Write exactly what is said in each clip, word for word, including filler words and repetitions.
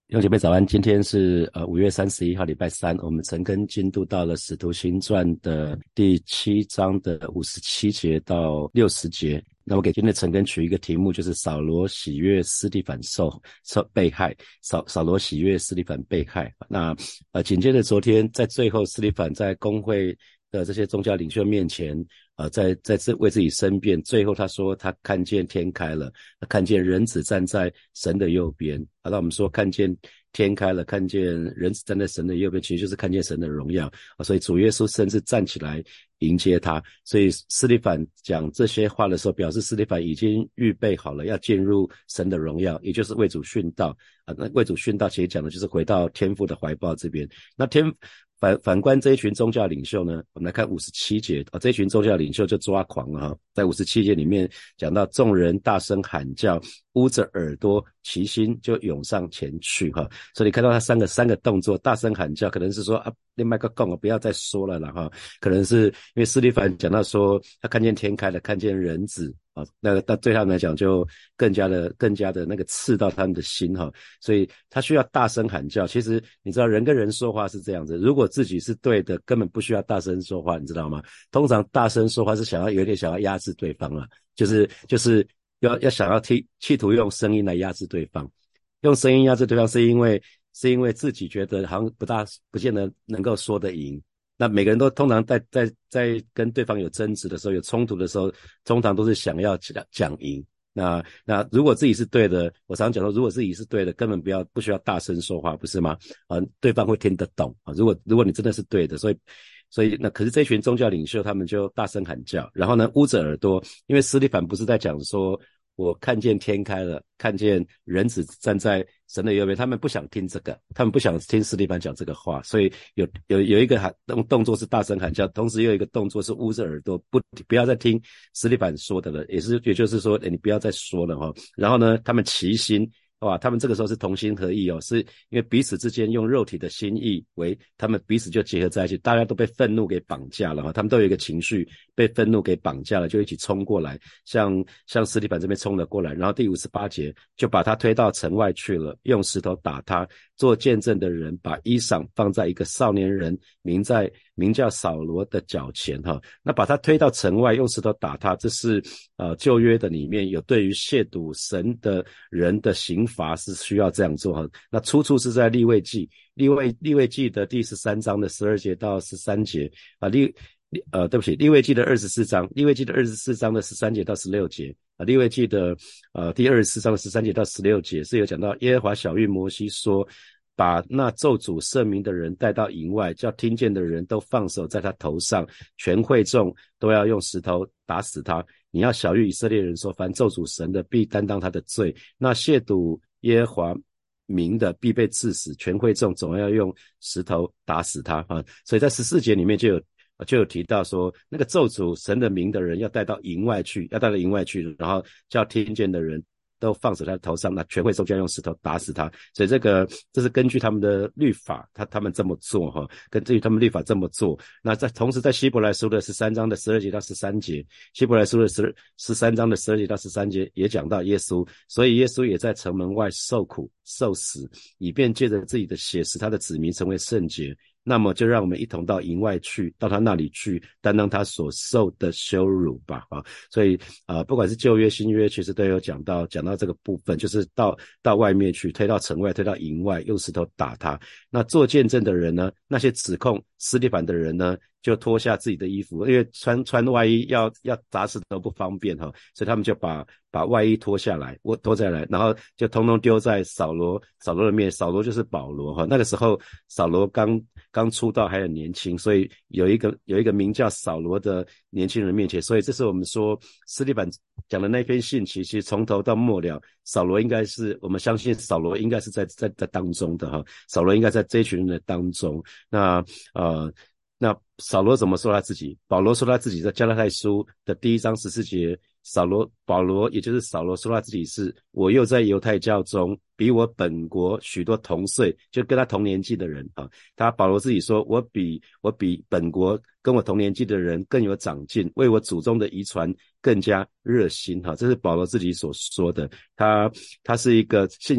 弟兄姐妹早安，今天是呃五月三十一号礼拜三，我们陈根进度到了使徒行传的第七章的五十七节到六十节。那我给今天的陈根取一个题目，就是扫罗喜悦司提反受受被害，扫扫罗喜悦司提反被害。那呃紧接着昨天在最后，司提反在公会的这些宗教领袖面前，呃，在在这为自己申辩，最后他说他看见天开了，他看见人子站在神的右边。好，那我们说看见天开了，看见人子站在神的右边，其实就是看见神的荣耀啊。所以主耶稣甚至站起来迎接他。所以司提反讲这些话的时候，表示司提反已经预备好了要进入神的荣耀，也就是为主殉道啊。那为主殉道其实讲的就是回到天父的怀抱这边。那天反反观这一群宗教领袖呢，我们来看五十七节啊，这一群宗教领袖就抓狂了哈。在五十七节里面讲到众人大声喊叫，捂着耳朵，齐心就涌上前去哈。所以你看到他三个三个动作，大声喊叫，可能是说啊，另外一个讲不要再说了啦哈。可能是因为司提反讲到说他看见天开了，看见人子啊，那那对他们来讲就更加的更加的那个刺到他们的心哈。所以他需要大声喊叫。其实你知道人跟人说话是这样子，如果自己是对的，根本不需要大声说话，你知道吗？通常大声说话是想要有点想要压制对方了，就是就是要要想要企企图用声音来压制对方，用声音压制对方是因为是因为自己觉得好像不大不见得能够说得赢。那每个人都通常在在在跟对方有争执的时候，有冲突的时候，通常都是想要讲讲赢。那那如果自己是对的，我常讲说，如果自己是对的，根本不要不需要大声说话，不是吗？啊，对方会听得懂啊。如果如果你真的是对的，所以所以那可是这群宗教领袖他们就大声喊叫，然后呢捂着耳朵，因为司提反不是在讲说我看见天开了，看见人子站在神的右边，他们不想听这个，他们不想听司提反讲这个话，所以有有有一个喊动动作是大声喊叫，同时又有一个动作是捂着耳朵，不不要再听司提反说的了，也是也就是说，你不要再说了哈。然后呢，他们齐心。哇，他们这个时候是同心合意哦，是因为彼此之间用肉体的心意为他们彼此就结合在一起，大家都被愤怒给绑架了哈，他们都有一个情绪被愤怒给绑架了，就一起冲过来，像像司提反这边冲了过来，然后第五十八节就把他推到城外去了，用石头打他，做见证的人把衣裳放在一个少年人名在名叫扫罗的脚前哈。那把他推到城外，用石头打他，这是呃旧约的里面有对于亵渎神的人的刑罚是需要这样做哈。那出处是在利未记，利未利未记的第十三章的十二节到十三节啊，利呃对不起，利未记的二十四章，利未记的二十四章的十三节到十六节啊，利未记的呃第二十四章的十三节到十六节是有讲到耶和华晓谕摩西说，把那咒诅赦民的人带到营外，叫听见的人都放手在他头上，全会众都要用石头打死他。你要晓谕以色列人说，凡咒诅神的必担当他的罪，那亵渎耶和华名的必被治死，全会众总要用石头打死他啊。所以在十四节里面就有就有提到说，那个咒诅神的名的人要带到营外去，要带到营外去，然后叫听见的人都放手在他头上，那全会众就要用石头打死他。所以这个这是根据他们的律法，他他们这么做哈，根据他们律法这么做。那在同时在希伯来书的十三章的十二节到十三节，希伯来书的十十三章的十二节到十三节也讲到耶稣，所以耶稣也在城门外受苦受死，以便借着自己的血使他的子民成为圣洁。那么就让我们一同到营外去，到他那里去，担当他所受的羞辱吧啊！所以啊、呃，不管是旧约新约，其实都有讲到讲到这个部分，就是到到外面去，推到城外，推到营外，用石头打他。那做见证的人呢，那些指控司提反的人呢，就脱下自己的衣服，因为穿穿外衣要要砸石头不方便哈，所以他们就把把外衣脱下来，我脱下来，然后就通通丢在扫罗扫罗的面，扫罗就是保罗哈。那个时候扫罗刚刚出道还很年轻，所以有一个有一个名叫扫罗的年轻人面前，所以这是我们说司提反讲的那篇信息，其实从头到末了，扫罗应该是我们相信扫罗应该是在在在当中的哈，扫罗应该在这一群人的当中。那呃。那扫罗怎么说他自己？保罗说他自己在加拉太书的第一章十四节，扫罗保罗也就是扫罗说他自己是，我又在犹太教中比我本国许多同岁，就跟他同年纪的人啊，他保罗自己说，我比我比本国跟我同年纪的人更有长进，为我祖宗的遗传更加热心哈，这是保罗自己所说的。他他是一个信仰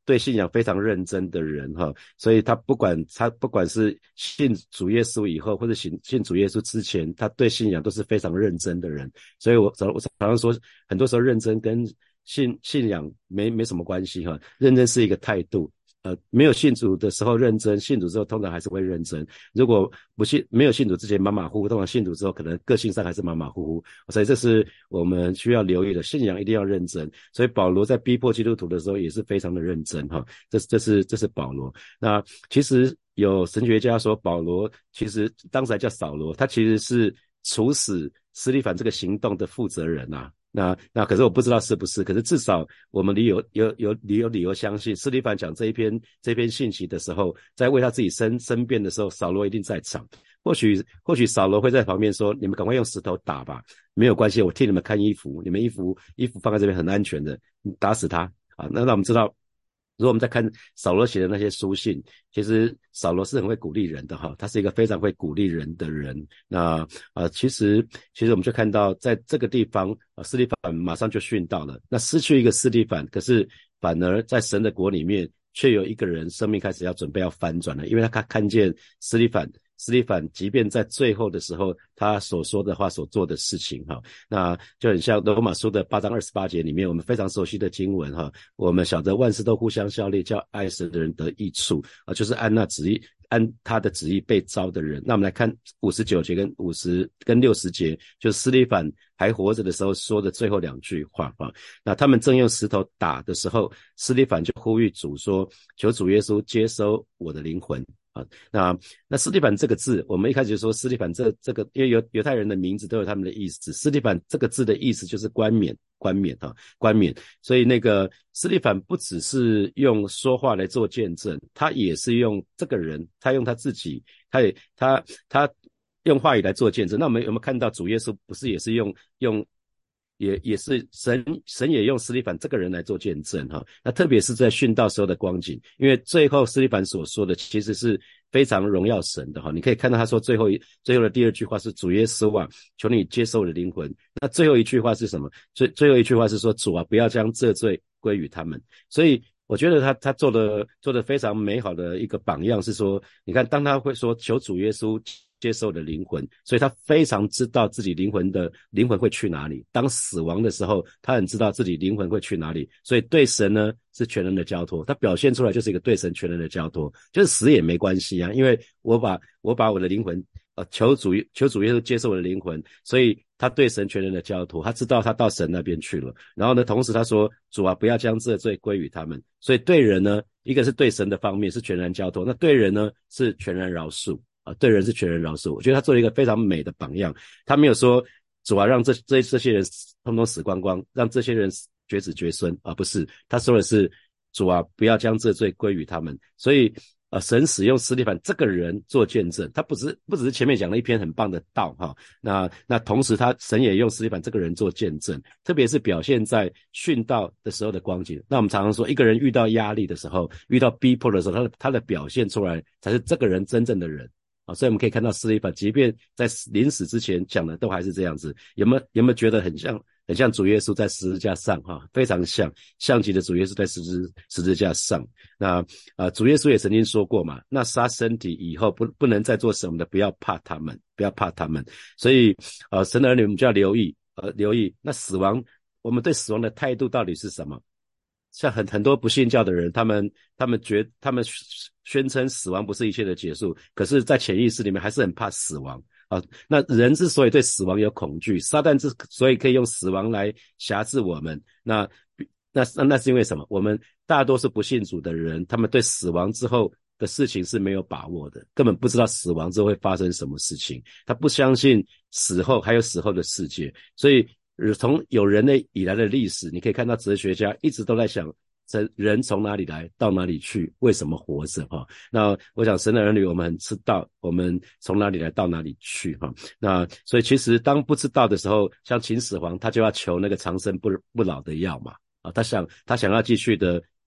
对信仰非常认真的人哈，所以他不管他不管是信主耶稣以后，或者信信主耶稣之前，他对信仰都是非常认真的人。所以我我常常说，很多时候认真跟信信仰没没什么关系哈，认真是一个态度。呃，没有信主的时候认真，信主之后通常还是会认真。如果不信，没有信主之前马马虎虎，通常信主之后可能个性上还是马马虎虎。所以这是我们需要留意的，信仰一定要认真。所以保罗在逼迫基督徒的时候也是非常的认真哈。这这是这是保罗。那其实有神学家说，保罗其实当时还叫扫罗，他其实是处死司提反这个行动的负责人啊。那那可是我不知道是不是，可是至少我们理由有有理有理由相信，司提反讲这一篇这篇信息的时候，在为他自己申申辩的时候，扫罗一定在场。或许或许扫罗会在旁边说：“你们赶快用石头打吧，没有关系，我替你们看衣服，你们衣服衣服放在这边很安全的，你打死他啊！”那让我们知道。如果我们在看扫罗写的那些书信，其实扫罗是很会鼓励人的哈，他是一个非常会鼓励人的人。那呃，其实其实我们就看到在这个地方啊，司提反马上就殉道了。那失去一个司提反，可是反而在神的国里面，却有一个人生命开始要准备要翻转了，因为他看见司提反。司提反即便在最后的时候他所说的话所做的事情哈，那就很像罗马书的八章二十八节里面我们非常熟悉的经文哈，我们晓得万事都互相效力，叫爱神的人得益处啊，就是按那旨意按他的旨意被召的人。那我们来看五十九节跟五十跟六十节，就是司提反还活着的时候说的最后两句话啊。那他们正用石头打的时候，司提反就呼吁主说：“求主耶稣接收我的灵魂。”啊，那那司提反这个字，我们一开始就说司提反这这个，因为犹犹太人的名字都有他们的意思。司提反这个字的意思就是冠冕，冠冕哈，冠冕。所以那个司提反不只是用说话来做见证，他也是用这个人，他用他自己，他也他他用话语来做见证。那我们有没有看到主耶稣不是也是用用？也也是神神也用司提反这个人来做见证哈，那特别是在殉道时候的光景，因为最后司提反所说的其实是非常荣耀神的哈。你可以看到他说最后一最后的第二句话是主耶稣啊，求你接受我的灵魂。那最后一句话是什么？最最后一句话是说主啊，不要将这罪归于他们。所以我觉得他他做的做的非常美好的一个榜样是说，你看当他会说求主耶稣接受的灵魂，所以他非常知道自己灵魂的灵魂会去哪里。当死亡的时候，他很知道自己灵魂会去哪里，所以对神呢是全人的交托。他表现出来就是一个对神全人的交托，就是死也没关系啊，因为我把我把我的灵魂呃求主求主耶稣接受我的灵魂，所以他对神全人的交托，他知道他到神那边去了。然后呢，同时他说主啊，不要将这罪归于他们。所以对人呢，一个是对神的方面是全然交托，那对人呢是全然饶恕。啊，对人是全人饶恕，我觉得他做了一个非常美的榜样。他没有说主啊，让这这这些人通通死光光，让这些人绝子绝孙啊，不是，他说的是主啊，不要将这罪归于他们。所以呃，神使用司提反这个人做见证，他不只不只是前面讲了一篇很棒的道哈，那那同时他神也用司提反这个人做见证，特别是表现在殉道的时候的光景。那我们常常说，一个人遇到压力的时候，遇到逼迫的时候，他的他的表现出来才是这个人真正的人。啊，所以我们可以看到司提反即便在临死之前讲的都还是这样子，有没有有没有觉得很像很像主耶稣在十字架上哈，非常像像极了主耶稣在十字十字架上。那呃主耶稣也曾经说过嘛，那杀身体以后不不能再做什么的，不要怕他们，不要怕他们。所以呃神的儿女我们就要留意呃留意那死亡，我们对死亡的态度到底是什么？像很很多不信教的人，他们他们觉他们宣称死亡不是一切的结束，可是在潜意识里面还是很怕死亡啊。那人之所以对死亡有恐惧，撒旦之所以可以用死亡来辖制我们，那那那那是因为什么？我们大多是不信主的人，他们对死亡之后的事情是没有把握的，根本不知道死亡之后会发生什么事情，他不相信死后还有死后的世界。所以从有人类以来的历史，你可以看到哲学家一直都在想人从哪里来到哪里去，为什么活着哈？那我想神的儿女我们很知道我们从哪里来到哪里去哈。那所以其实当不知道的时候，像秦始皇他就要求那个长生不不老的药嘛啊，他想他想要继续的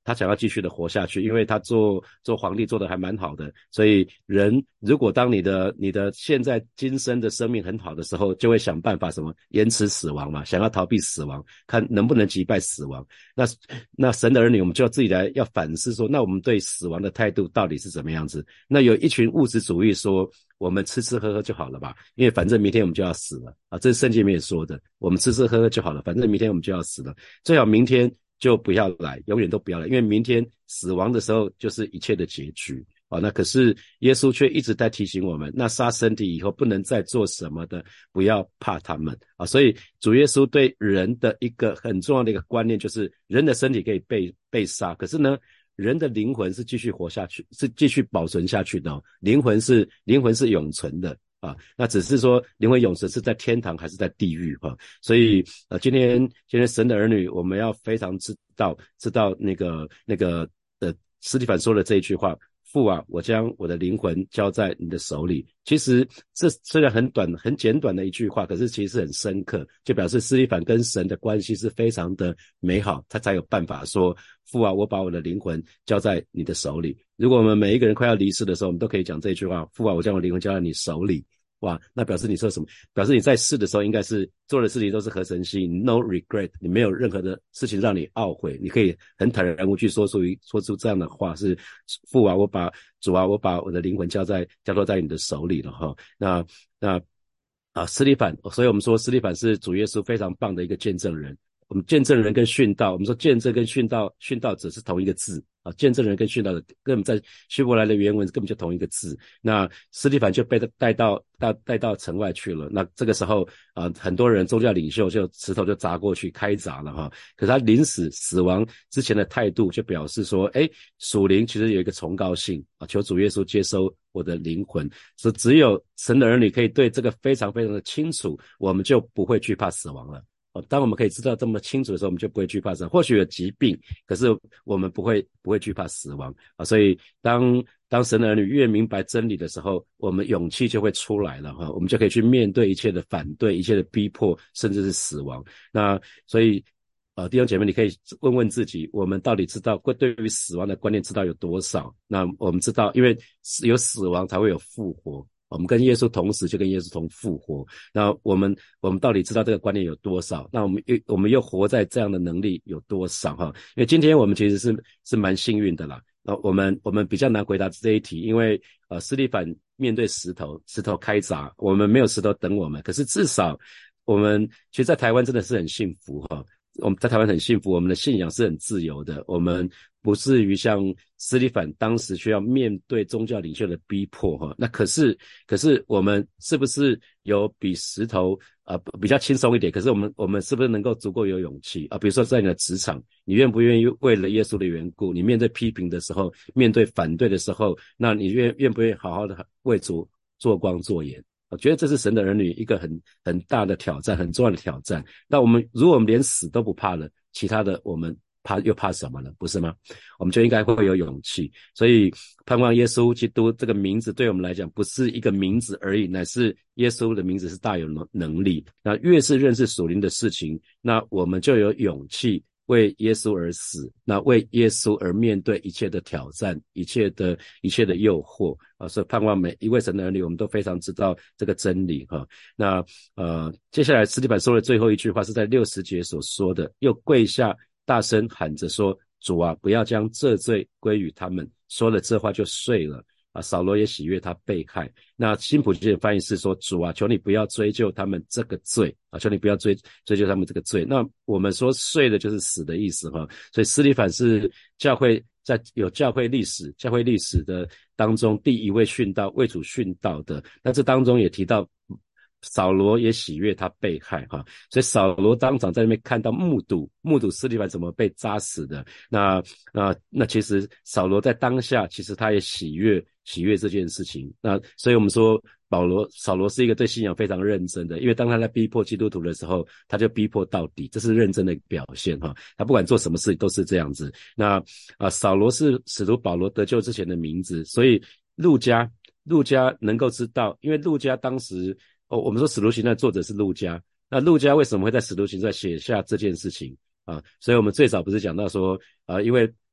他想要继续的活下去，因为他做做皇帝做的还蛮好的，所以人如果当你的你的现在今生的生命很好的时候，就会想办法什么延迟死亡嘛，想要逃避死亡，看能不能击败死亡。那那神的儿女，我们就要自己来要反思说，那我们对死亡的态度到底是怎么样子？那有一群物质主义说，我们吃吃喝喝就好了吧，因为反正明天我们就要死了啊，这是圣经里面说的，我们吃吃喝喝就好了，反正明天我们就要死了，最好明天就不要来，永远都不要来，因为明天死亡的时候就是一切的结局啊。那可是耶稣却一直在提醒我们，那杀身体以后不能再做什么的，不要怕他们啊。所以主耶稣对人的一个很重要的一个观念，就是人的身体可以被被杀，可是呢人的灵魂是继续活下去，是继续保存下去的哦，灵魂是灵魂是永存的啊，那只是说灵魂永存是在天堂还是在地狱哈、啊，所以呃，今天今天神的儿女，我们要非常知道知道那个那个呃，司提反说的这一句话。父啊，我将我的灵魂交在你的手里。其实这虽然很短很简短的一句话，可是其实是很深刻，就表示司提反跟神的关系是非常的美好，他才有办法说父啊，我把我的灵魂交在你的手里。如果我们每一个人快要离世的时候，我们都可以讲这句话，父啊，我将我的灵魂交在你手里。哇，那表示你说什么？表示你在世的时候应该是做的事情都是合神心意 ，no regret， 你没有任何的事情让你懊悔，你可以很坦然无惧说出说出这样的话，是父啊，我把主啊，我把我的灵魂交在交托在你的手里了哈。那那啊，司提反，所以我们说司提反是主耶稣非常棒的一个见证人。我们见证人跟殉道，我们说见证跟殉道，殉道者是同一个字啊，见证人跟殉道者根本在希伯来的原文根本就同一个字。那司提反就被带到带带到城外去了。那这个时候啊、呃，很多人宗教领袖就石头就砸过去开砸了哈。可是他临死死亡之前的态度就表示说，哎，属灵其实有一个崇高性啊，求主耶稣接收我的灵魂。所以只有神的儿女可以对这个非常非常的清楚，我们就不会惧怕死亡了。当我们可以知道这么清楚的时候，我们就不会惧怕死亡。或许有疾病，可是我们不会不会惧怕死亡啊。所以当当神的儿女越明白真理的时候，我们勇气就会出来了哈，我们就可以去面对一切的反对、一切的逼迫，甚至是死亡。那所以呃，弟兄姐妹，你可以问问自己，我们到底知道对于死亡的观念知道有多少？那我们知道，因为有死亡才会有复活。我们跟耶稣同死，就跟耶稣同复活。那我们我们到底知道这个观念有多少？那我们又我们又活在这样的能力有多少哈？因为今天我们其实是是蛮幸运的啦。那我们我们比较难回答这一题，因为呃，司提反面对石头，石头开砸，我们没有石头等我们。可是至少我们其实，在台湾真的是很幸福哈。我们在台湾很幸福，我们的信仰是很自由的，我们不至于像司提反当时需要面对宗教领袖的逼迫哈。那可是可是我们是不是有比石头呃比较轻松一点？可是我们我们是不是能够足够有勇气啊？比如说在你的职场，你愿不愿意为了耶稣的缘故，你面对批评的时候，面对反对的时候，那你愿愿不愿意好好的为主做光做盐？我觉得这是神的儿女一个很很大的挑战，很重要的挑战。那我们如果我们连死都不怕了，其他的我们怕又怕什么呢？不是吗？我们就应该会有勇气。所以盼望耶稣基督这个名字对我们来讲不是一个名字而已，乃是耶稣的名字是大有能力。那越是认识属灵的事情，那我们就有勇气为耶稣而死，那为耶稣而面对一切的挑战，一切的一切的诱惑啊！所以盼望每一位神的儿女，我们都非常知道这个真理哈。那呃，接下来司提反说的最后一句话是在六十节所说的，又跪下大声喊着说：“主啊，不要将这罪归于他们。”说了这话就睡了。啊，扫罗也喜悦他被害。那新普京的翻译是说，主啊，求你不要追究他们这个罪啊，求你不要追追究他们这个罪。那我们说睡的就是死的意思哈，所以司提反是教会在有教会历史教会历史的当中第一位殉道为主殉道的。那这当中也提到扫罗也喜悦他被害哈，所以扫罗当场在那边看到目睹目睹司提反怎么被扎死的。那那那其实扫罗在当下其实他也喜悦喜悦这件事情。那所以我们说保罗扫罗是一个对信仰非常认真的，因为当他在逼迫基督徒的时候，他就逼迫到底，这是认真的表现哈。他不管做什么事都是这样子。那啊，扫罗是使徒保罗得救之前的名字，所以路加路加能够知道，因为路加当时哦，我们说使徒行传的作者是路加，那路加为什么会在使徒行传写下这件事情啊？所以我们最早不是讲到说啊，因为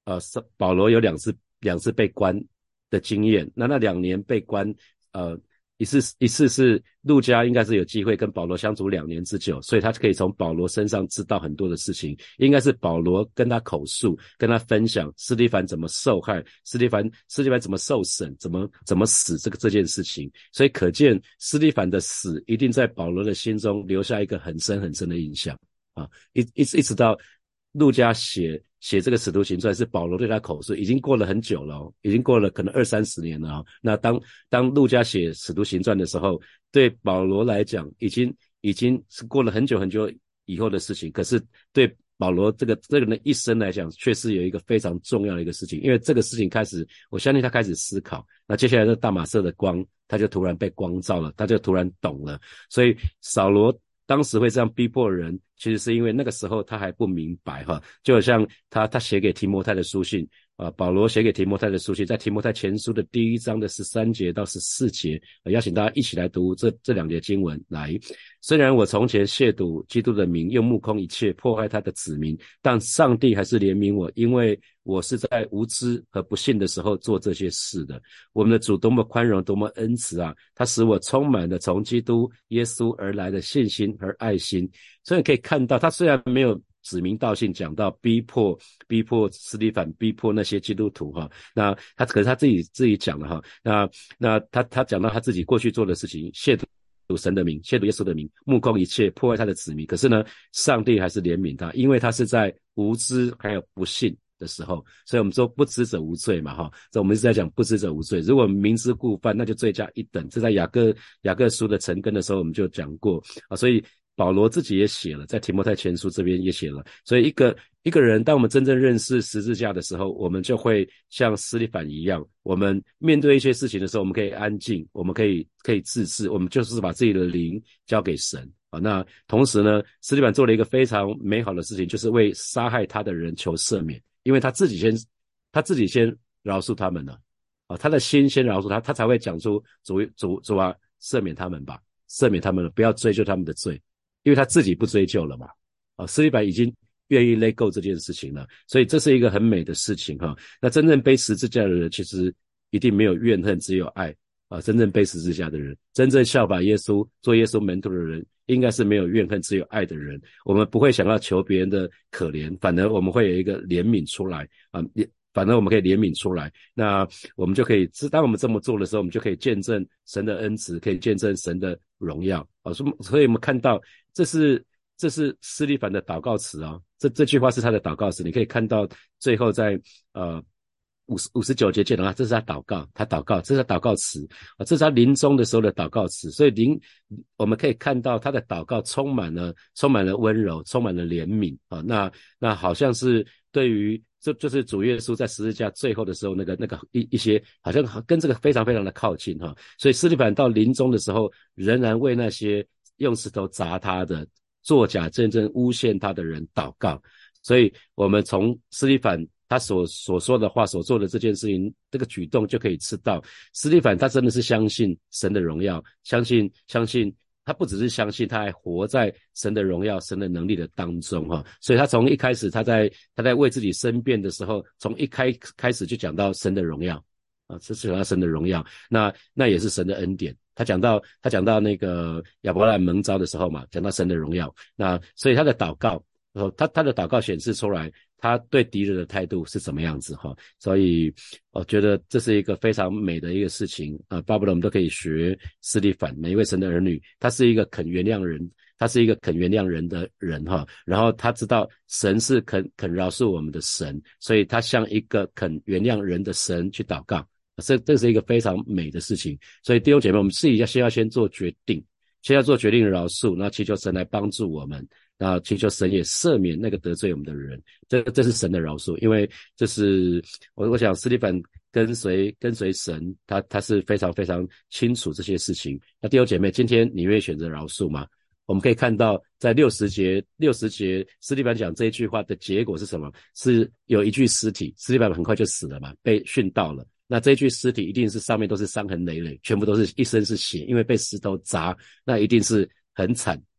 呃，保罗有两次两次被关的经验，那那两年被关，呃，一次一次是路加应该是有机会跟保罗相处两年之久，所以他可以从保罗身上知道很多的事情，应该是保罗跟他口述，跟他分享司提反怎么受害，司提反司提反怎么受审，怎么怎么死这个这件事情，所以可见司提反的死一定在保罗的心中留下一个很深很深的印象啊，一一直一直到路加写写这个使徒行传是保罗对他口述，已经过了很久了哦，已经过了可能二三十年了哦。那当当路加写使徒行传的时候，对保罗来讲，已经已经是过了很久很久以后的事情。可是对保罗这个这个人的一生来讲，却是有一个非常重要的一个事情，因为这个事情开始，我相信他开始思考。那接下来这大马色的光，他就突然被光照了，他就突然懂了。所以扫罗当时会这样逼迫人，其实是因为那个时候他还不明白哈，就好像他他写给提摩太的书信啊，保罗写给提摩太的书信，在提摩太前书的第一章的十三节到十四节，啊，邀请大家一起来读这这两节经文来。虽然我从前亵渎基督的名，又目空一切，破坏他的子民，但上帝还是怜悯我，因为我是在无知和不信的时候做这些事的。我们的主多么宽容，多么恩慈啊！他使我充满了从基督耶稣而来的信心和爱心。所以可以看到，他虽然没有指名道姓讲到逼迫逼迫司提反，逼迫那些基督徒哈，那他可是他自己自己讲了哈，那那他他讲到他自己过去做的事情，亵渎神的名，亵渎耶稣的名，目空一切，破坏他的子民。可是呢，上帝还是怜悯他，因为他是在无知还有不信的时候，所以我们说不知者无罪嘛哈，所以我们一直在讲不知者无罪，如果明知故犯，那就罪加一等。这在雅各雅各书的成根的时候我们就讲过啊，所以保罗自己也写了，在提摩太前书这边也写了。所以一个一个人，当我们真正认识十字架的时候，我们就会像司提反一样，我们面对一些事情的时候，我们可以安静，我们可以可以自制，我们就是把自己的灵交给神啊。那同时呢，司提反做了一个非常美好的事情，就是为杀害他的人求赦免，因为他自己先他自己先饶恕他们了啊，他的心先饶恕他，他才会讲出主主主啊，赦免他们吧，赦免他们了，不要追究他们的罪。因为他自己不追究了嘛，啊，司提反已经愿意 let go 这件事情了，所以这是一个很美的事情哈。那真正背十字架的人，其实一定没有怨恨，只有爱啊。真正背十字架的人，真正效法耶稣、做耶稣门徒的人，应该是没有怨恨，只有爱的人。我们不会想要求别人的可怜，反而我们会有一个怜悯出来啊。反而我们可以怜悯出来，那我们就可以，当我们这么做的时候，我们就可以见证神的恩慈，可以见证神的荣耀啊。所以我们看到，这是这是司提反的祷告词啊，这这句话是他的祷告词，你可以看到最后在呃五十五十九节见到啊，这是他祷告，他祷告，这是他祷告词啊，这是他临终的时候的祷告词。所以临我们可以看到他的祷告充满了充满了温柔，充满了怜悯啊。那那好像是对于。这就是主耶稣在十字架最后的时候，那个那个一一些好像跟这个非常非常的靠近哈，所以司提反到临终的时候，仍然为那些用石头砸他的、作假真正诬陷他的人祷告。所以我们从司提反他所所说的话、所做的这件事情、这个举动，就可以知道，司提反他真的是相信神的荣耀，相信相信。他不只是相信，他还活在神的荣耀、神的能力的当中哈。所以他从一开始，他在他在为自己申辩的时候，从一开开始就讲到神的荣耀啊，这是讲到神的荣耀，那那也是神的恩典。他讲到他讲到那个亚伯兰蒙召的时候嘛，讲到神的荣耀，那所以他的祷告，他他的祷告显示出来。他对敌人的态度是怎么样子哈，所以我觉得这是一个非常美的一个事情啊，巴不得我们都可以学司提反，每一位神的儿女，他是一个肯原谅人，他是一个肯原谅人的人哈，然后他知道神是肯肯饶恕我们的神，所以他向一个肯原谅人的神去祷告，这这是一个非常美的事情。所以弟兄姐妹，我们自己要先要先做决定，先要做决定饶恕，然后祈求神来帮助我们。那祈求神也赦免那个得罪我们的人，这这是神的饶恕，因为这是我我想司提反跟随跟随神，他他是非常非常清楚这些事情。那弟兄姐妹，今天你愿意选择饶恕吗？我们可以看到在六十节六十节司提反讲这一句话的结果是什么？是有一具尸体，司提反很快就死了嘛，被殉道了。那这一具尸体一定是上面都是伤痕累累，全部都是一身是血，因为被石头砸，那一定是很惨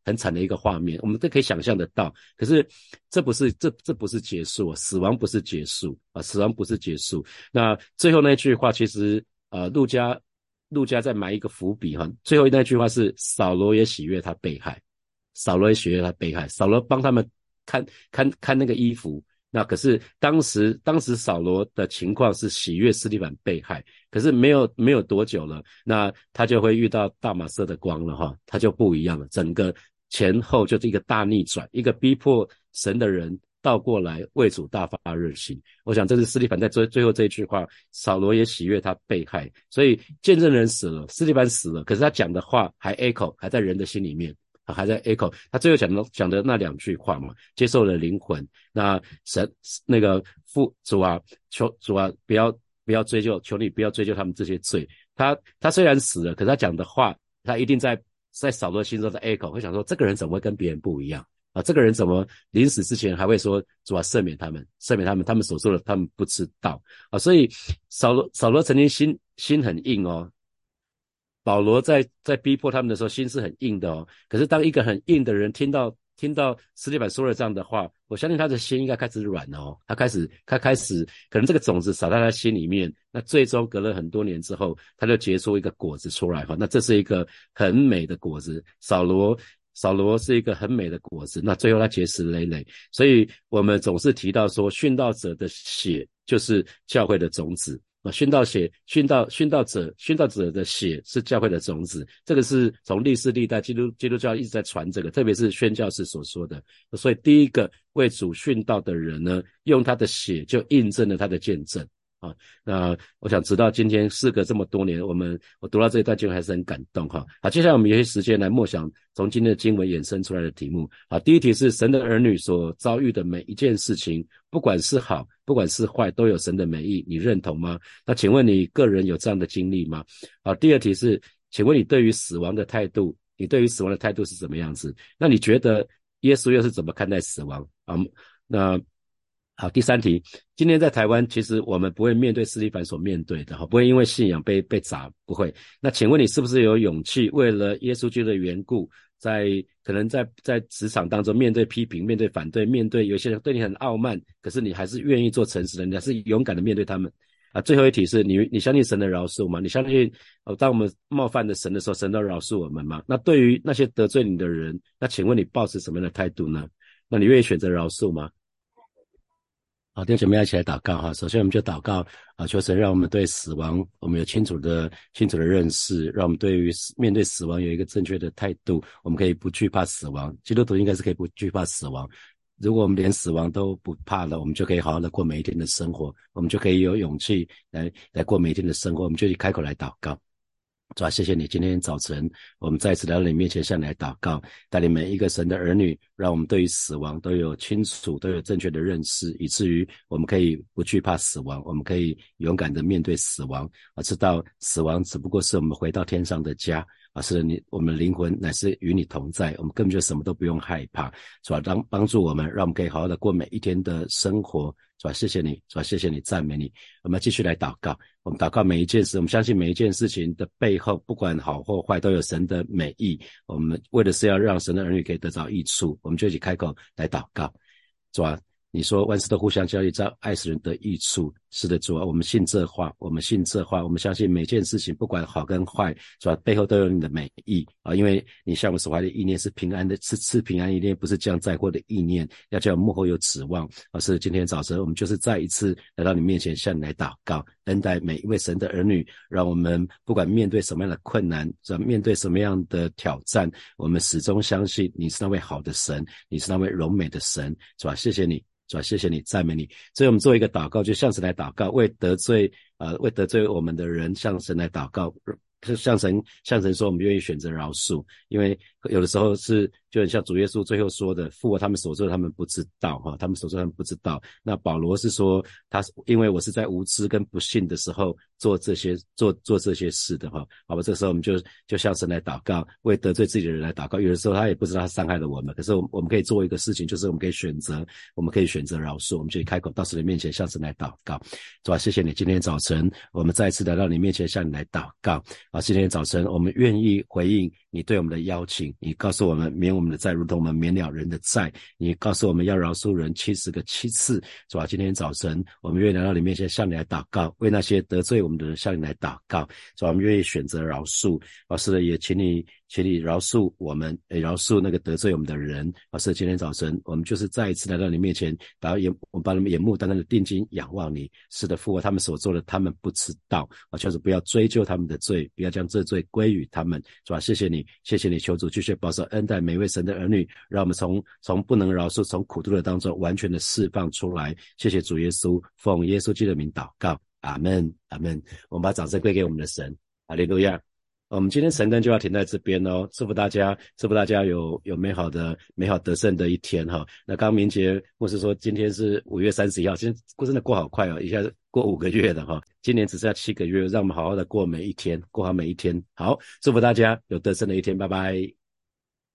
很惨的一个画面，我们都可以想象得到。可是这不是这这不是结束，死亡不是结束啊，死亡不是结束。那最后那句话其实呃路加路加在埋一个伏笔哈，最后那句话是扫罗也喜悦他被害，扫罗也喜悦他被害，扫罗帮他们看看看那个衣服。那可是当时当时扫罗的情况是喜悦司提反被害，可是没有没有多久了，那他就会遇到大马色的光了哈，他就不一样了，整个前后就是一个大逆转，一个逼迫神的人倒过来为主大发热心。我想这是司提反在最最后这一句话，扫罗也喜悦他被害，所以见证人死了，司提反死了，可是他讲的话还 echo 还在人的心里面。还在 echo 他最后讲的讲的那两句话嘛，接受了灵魂，那神那个父主啊，求主啊，不要不要追究，求你不要追究他们这些罪。他他虽然死了，可是他讲的话，他一定在在扫罗心中的 echo， 会想说这个人怎么会跟别人不一样啊？这个人怎么临死之前还会说主啊赦免他们，赦免他们，他们所做的他们不知道啊。所以扫罗扫罗曾经心心很硬哦。保罗在在逼迫他们的时候心是很硬的哦，可是当一个很硬的人听到听到司提反说了这样的话，我相信他的心应该开始软了哦，他开始他开始可能这个种子撒在他心里面，那最终隔了很多年之后，他就结出一个果子出来哈，那这是一个很美的果子，扫罗扫罗是一个很美的果子，那最后他结实累累，所以我们总是提到说殉道者的血就是教会的种子。啊，殉道血，殉道殉道者，殉道者的血是教会的种子，这个是从历史历代基督基督教一直在传这个，特别是宣教士所说的。所以第一个为主殉道的人呢，用他的血就印证了他的见证。啊，那我想直到今天事隔这么多年，我们我读到这一段经文还是很感动哈。好，接下来我们有些时间来默想从今天的经文衍生出来的题目。好，第一题是神的儿女所遭遇的每一件事情，不管是好，不管是坏，都有神的美意，你认同吗？那请问你个人有这样的经历吗？好，第二题是，请问你对于死亡的态度，你对于死亡的态度是怎么样子？那你觉得耶稣又是怎么看待死亡？啊，那好，第三题，今天在台湾，其实我们不会面对司提反所面对的，不会因为信仰被被砸，不会。那请问你是不是有勇气，为了耶稣基督的缘故，在可能在在职场当中面对批评、面对反对、面对有些人对你很傲慢，可是你还是愿意做诚实的，你还是勇敢的面对他们。啊，最后一题是你你相信神的饶恕吗？你相信哦，当我们冒犯了神的时候，神都饶恕我们吗？那对于那些得罪你的人，那请问你抱持什么样的态度呢？那你愿意选择饶恕吗？好，弟兄姐妹一起来祷告哈。首先我们就祷告啊，求神让我们对死亡我们有清楚的清楚的认识，让我们对于面对死亡有一个正确的态度，我们可以不惧怕死亡。基督徒应该是可以不惧怕死亡。如果我们连死亡都不怕了，我们就可以好好的过每一天的生活，我们就可以有勇气来来过每一天的生活，我们就去开口来祷告。主啊，谢谢你，今天早晨我们再一次来到你面前向你来祷告，带领每一个神的儿女，让我们对于死亡都有清楚都有正确的认识，以至于我们可以不惧怕死亡，我们可以勇敢的面对死亡，啊，知道死亡只不过是我们回到天上的家，啊，是你我们的灵魂乃是与你同在，我们根本就什么都不用害怕。主啊，帮帮助我们，让我们可以好好的过每一天的生活。主啊，谢谢你，主啊，谢谢你，赞美你。我们要继续来祷告，我们祷告每一件事，我们相信每一件事情的背后，不管好或坏，都有神的美意。我们为的是要让神的儿女可以得着益处，我们就一起开口来祷告。主啊，你说万事都互相交易，照爱使人得益处。是的，主啊，我们信这话，我们信这话，我们相信每件事情不管好跟坏，主啊，背后都有你的美意啊，因为你向我们所怀的意念是平安的，是赐平安意念，不是降灾祸的意念，要叫我们幕后有指望。而是今天早晨我们就是再一次来到你面前向你来祷告，恩待每一位神的儿女，让我们不管面对什么样的困难，面对什么样的挑战，我们始终相信你是那位好的神，你是那位荣美的神。主啊，谢谢你，主啊，谢谢你，赞美你。所以我们做一个祷告，就向神来祷告，为得罪呃为得罪我们的人向神来祷告，向神向神说我们愿意选择饶恕，因为有的时候是就很像主耶稣最后说的，父啊，他们所做的他们不知道哈，他们所做的他们不知道。那保罗是说他因为我是在无知跟不信的时候做这些做做这些事的哈。好吧，这个时候我们就就向神来祷告，为得罪自己的人来祷告。有的时候他也不知道他伤害了我们，可是我们我们可以做一个事情，就是我们可以选择我们可以选择饶恕，我们就开口到神的面前向神来祷告。主啊，谢谢你，今天早晨我们再次来到你面前向你来祷告啊，今天早晨我们愿意回应你对我们的邀请，你告诉我们免我们的债，如同我们免了人的债，你告诉我们要饶恕人七十个七次。主啊，今天早晨我们愿意来到你面前向你来祷告，为那些得罪我们的人向你来祷告。主啊，我们愿意选择饶恕。老师呢，也请你请你饶恕我们，也饶恕那个得罪我们的人。老师，今天早晨我们就是再一次来到你面前，把眼我们把他们眼目单单的定睛仰望你。是的，父啊，他们所做的他们不知道啊，求主不要追究他们的罪，不要将这罪归于他们。主啊，谢谢你，谢谢你，求主继续保守恩待每位神的儿女，让我们从从不能饶恕，从苦毒的当中完全的释放出来。谢谢主耶稣，奉耶稣基督的名祷告，阿们，阿们。我们把掌声归给我们的神，哈利路亚。我们今天晨更就要停在这边哦，祝福大家，祝福大家有有美好的美好得胜的一天哈。那刚刚明杰牧师说今天是五月三十一号，今天过真的过好快哦，一下子过五个月了哈，今年只剩下七个月，让我们好好的过每一天，过好每一天。好，祝福大家有得胜的一天，拜拜。